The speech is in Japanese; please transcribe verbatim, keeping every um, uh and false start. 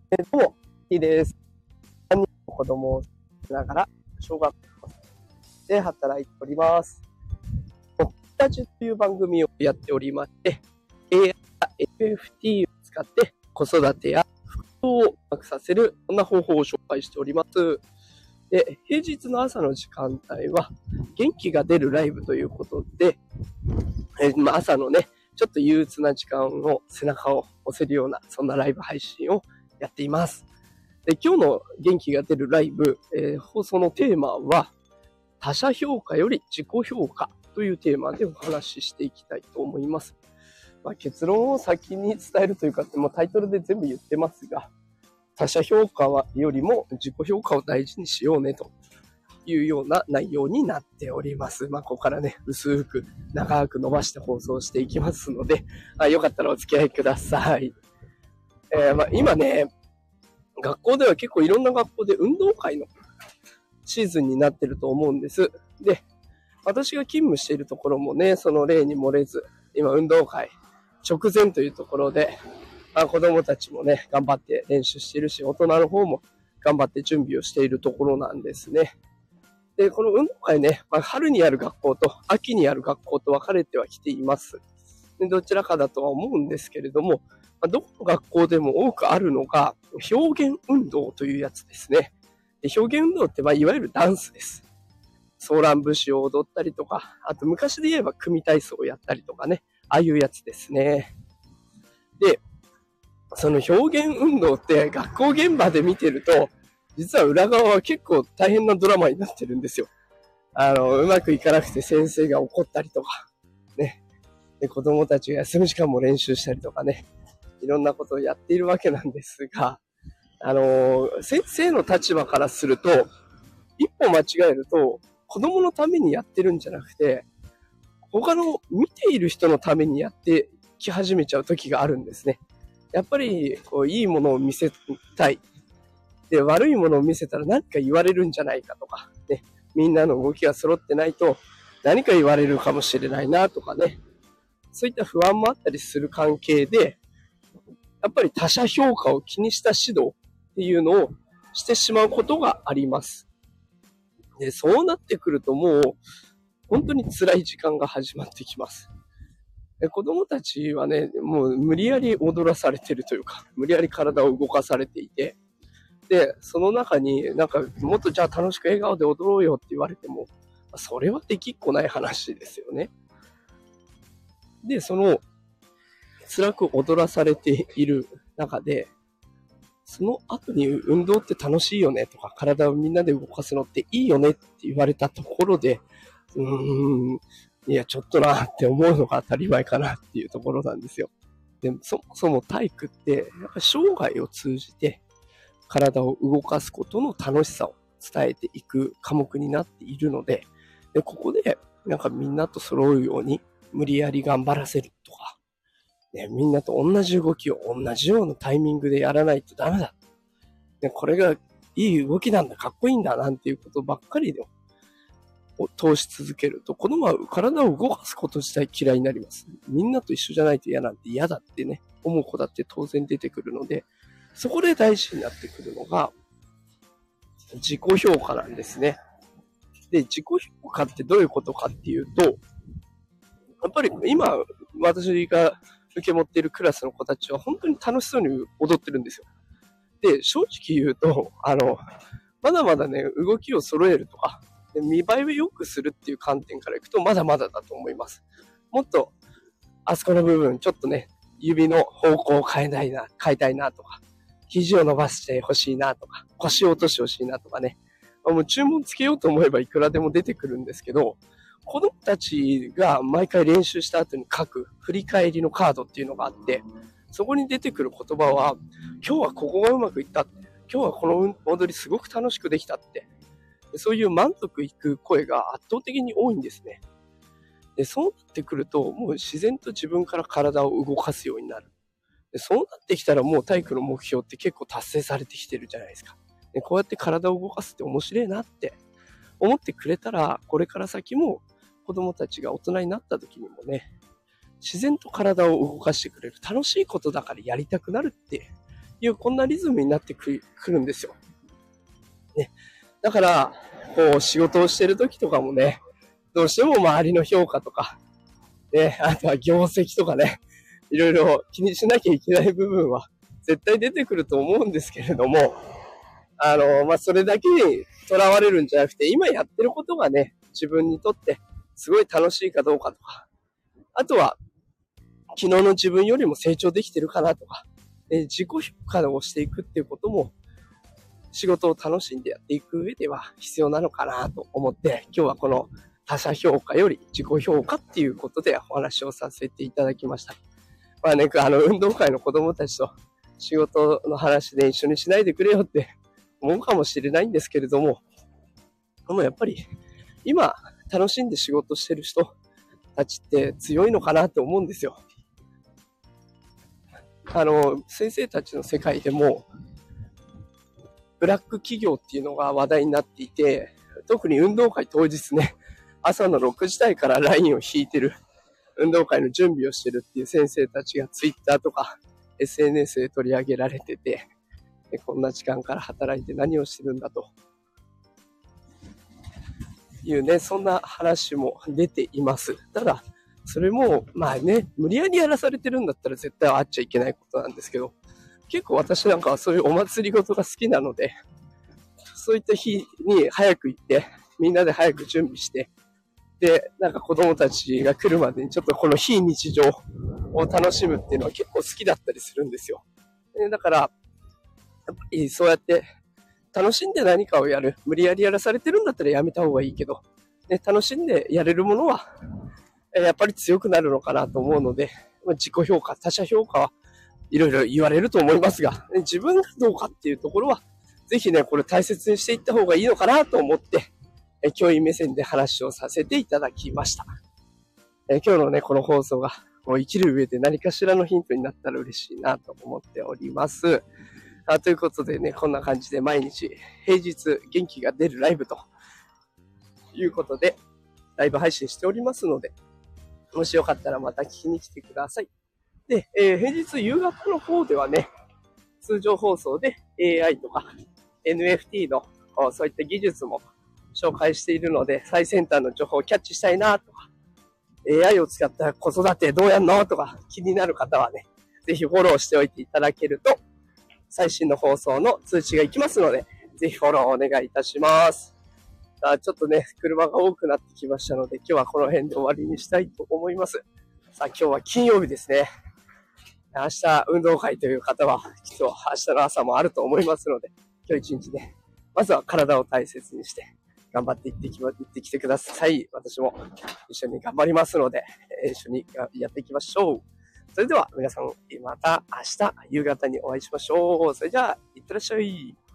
えー、どうも、いいです。さんにんの子供を育てながら、小学校で働いております。もったちという番組をやっておりまして、エーアイ や エフエフティー を使って子育てや副業をうまくさせる、そんな方法を紹介しております。で、平日の朝の時間帯は、元気が出るライブということで、えーまあ、朝のね、ちょっと憂鬱な時間の背中を押せるような、そんなライブ配信をやっています。で、今日の元気が出るライブ、えー、放送のテーマは、他者評価より自己評価というテーマでお話ししていきたいと思います。まあ、結論を先に伝えるというか、もうタイトルで全部言ってますが、他者評価はよりも自己評価を大事にしようねというような内容になっております。まあ、ここからね、薄く長く伸ばして放送していきますので、あ、よかったらお付き合いください。えー、まあ今ね、学校では結構いろんな学校で運動会のシーズンになってると思うんです。で、私が勤務しているところもね、その例に漏れず、今運動会直前というところで、あ、子供たちもね、頑張って練習しているし、大人の方も頑張って準備をしているところなんですね。で、この運動会ね、まあ、春にある学校と秋にある学校と分かれてはきています。で、どちらかだとは思うんですけれども、まあ、どこの学校でも多くあるのが表現運動というやつですね。で、表現運動って、まあ、いわゆるダンスです。ソーラン節を踊ったりとか、あと昔で言えば組体操をやったりとかね、ああいうやつですね。で、その表現運動って学校現場で見てると、実は裏側は結構大変なドラマになってるんですよ。あの、うまくいかなくて先生が怒ったりとか、ね。で、子供たちが休む時間も練習したりとかね。いろんなことをやっているわけなんですが、あの、先生の立場からすると、一歩間違えると、子供のためにやってるんじゃなくて、他の見ている人のためにやってき始めちゃう時があるんですね。やっぱり、こう、いいものを見せたい。で、悪いものを見せたら何か言われるんじゃないかとか、ね。みんなの動きが揃ってないと何か言われるかもしれないなとかね。そういった不安もあったりする関係で、やっぱり他者評価を気にした指導っていうのをしてしまうことがあります。で、そうなってくるともう本当に辛い時間が始まってきます。で、子供たちはね、もう無理やり踊らされてるというか、無理やり体を動かされていて、で、その中になんかもっとじゃあ楽しく笑顔で踊ろうよって言われても、それはできっこない話ですよね。で、その辛く踊らされている中で、その後に運動って楽しいよねとか、体をみんなで動かすのっていいよねって言われたところで、うーん、いや、ちょっとなって思うのが当たり前かなっていうところなんですよ。でも、そもそも体育って、やっぱ生涯を通じて体を動かすことの楽しさを伝えていく科目になっているので、で、ここで、なんかみんなと揃うように無理やり頑張らせるとか、ね、みんなと同じ動きを同じようなタイミングでやらないとダメだ。ね、これがいい動きなんだ、かっこいいんだ、なんていうことばっかりでを通し続けると、子供は体を動かすこと自体嫌いになります。みんなと一緒じゃないと嫌なんて嫌だってね、思う子だって当然出てくるので、そこで大事になってくるのが、自己評価なんですね。で、自己評価ってどういうことかっていうと、やっぱり今、私が受け持っているクラスの子たちは本当に楽しそうに踊ってるんですよ。で、正直言うと、あの、まだまだね、動きを揃えるとか、見栄えを良くするっていう観点からいくと、まだまだだと思います。もっと、あそこの部分、ちょっとね、指の方向を変えないな、変えたいなとか、肘を伸ばしてほしいなとか、腰を落としてほしいなとかね。もう注文つけようと思えばいくらでも出てくるんですけど、子供たちが毎回練習した後に書く振り返りのカードっていうのがあって、そこに出てくる言葉は、今日はここがうまくいったって、今日はこの踊りすごく楽しくできたって、そういう満足いく声が圧倒的に多いんですね。で、そうなってくると、もう自然と自分から体を動かすようになる。で、そうなってきたらもう体育の目標って結構達成されてきてるじゃないですか。で、こうやって体を動かすって面白いなって思ってくれたら、これから先も子供たちが大人になった時にもね、自然と体を動かしてくれる。楽しいことだからやりたくなるっていうこんなリズムになってくるんですよ。ね。だから、こう仕事をしてる時とかもね、どうしても周りの評価とか、ね、あとは業績とかね、いろいろ気にしなきゃいけない部分は絶対出てくると思うんですけれども、あの、まあ、それだけにとらわれるんじゃなくて、今やってることがね、自分にとってすごい楽しいかどうかとか、あとは、昨日の自分よりも成長できてるかなとか、え自己評価をしていくっていうことも、仕事を楽しんでやっていく上では必要なのかなと思って、今日はこの他者評価より自己評価っていうことでお話をさせていただきました。まあね、あの、運動会の子供たちと仕事の話で一緒にしないでくれよって思うかもしれないんですけれども、でもやっぱり今楽しんで仕事してる人たちって強いのかなって思うんですよ。あの、先生たちの世界でも、ブラック企業っていうのが話題になっていて、特に運動会当日ね、朝のろくじ台からラインを引いてる、運動会の準備をしてるっていう先生たちがツイッターとか エスエヌエス で取り上げられてて、こんな時間から働いて何をしてるんだというね、そんな話も出ています。ただ、それも、まあね、無理やりやらされてるんだったら絶対あっちゃいけないことなんですけど、結構私なんかはそういうお祭りごとが好きなので、そういった日に早く行って、みんなで早く準備して、で、なんか子供たちが来るまでにちょっとこの非日常を楽しむっていうのは結構好きだったりするんですよ。だから、やっぱりそうやって楽しんで何かをやる。無理やりやらされてるんだったらやめた方がいいけど、ね、楽しんでやれるものは、やっぱり強くなるのかなと思うので、自己評価、他者評価はいろいろ言われると思いますが、自分がどうかっていうところは、ぜひね、これ大切にしていった方がいいのかなと思って、教員目線で話をさせていただきました。今日のね、この放送がもう生きる上で何かしらのヒントになったら嬉しいなと思っております。あということでね、こんな感じで毎日平日元気が出るライブということでライブ配信しておりますので、もしよかったらまた聞きに来てください。で、えー、平日夕方の方ではね、通常放送で エーアイ とか エヌエフティー のそういった技術も紹介しているので、最先端の情報をキャッチしたいなとか、エーアイ を使った子育てどうやんのとか気になる方はね、ぜひフォローしておいていただけると、最新の放送の通知がいきますので、ぜひフォローお願いいたします。あちょっとね、車が多くなってきましたので、今日はこの辺で終わりにしたいと思います。さあ、今日は金曜日ですね。明日運動会という方は、きっと明日の朝もあると思いますので、今日一日ね、まずは体を大切にして、頑張っていってき、行ってきてください。私も一緒に頑張りますので、一緒にやっていきましょう。それでは皆さん、また明日夕方にお会いしましょう。それじゃあ、いってらっしゃい。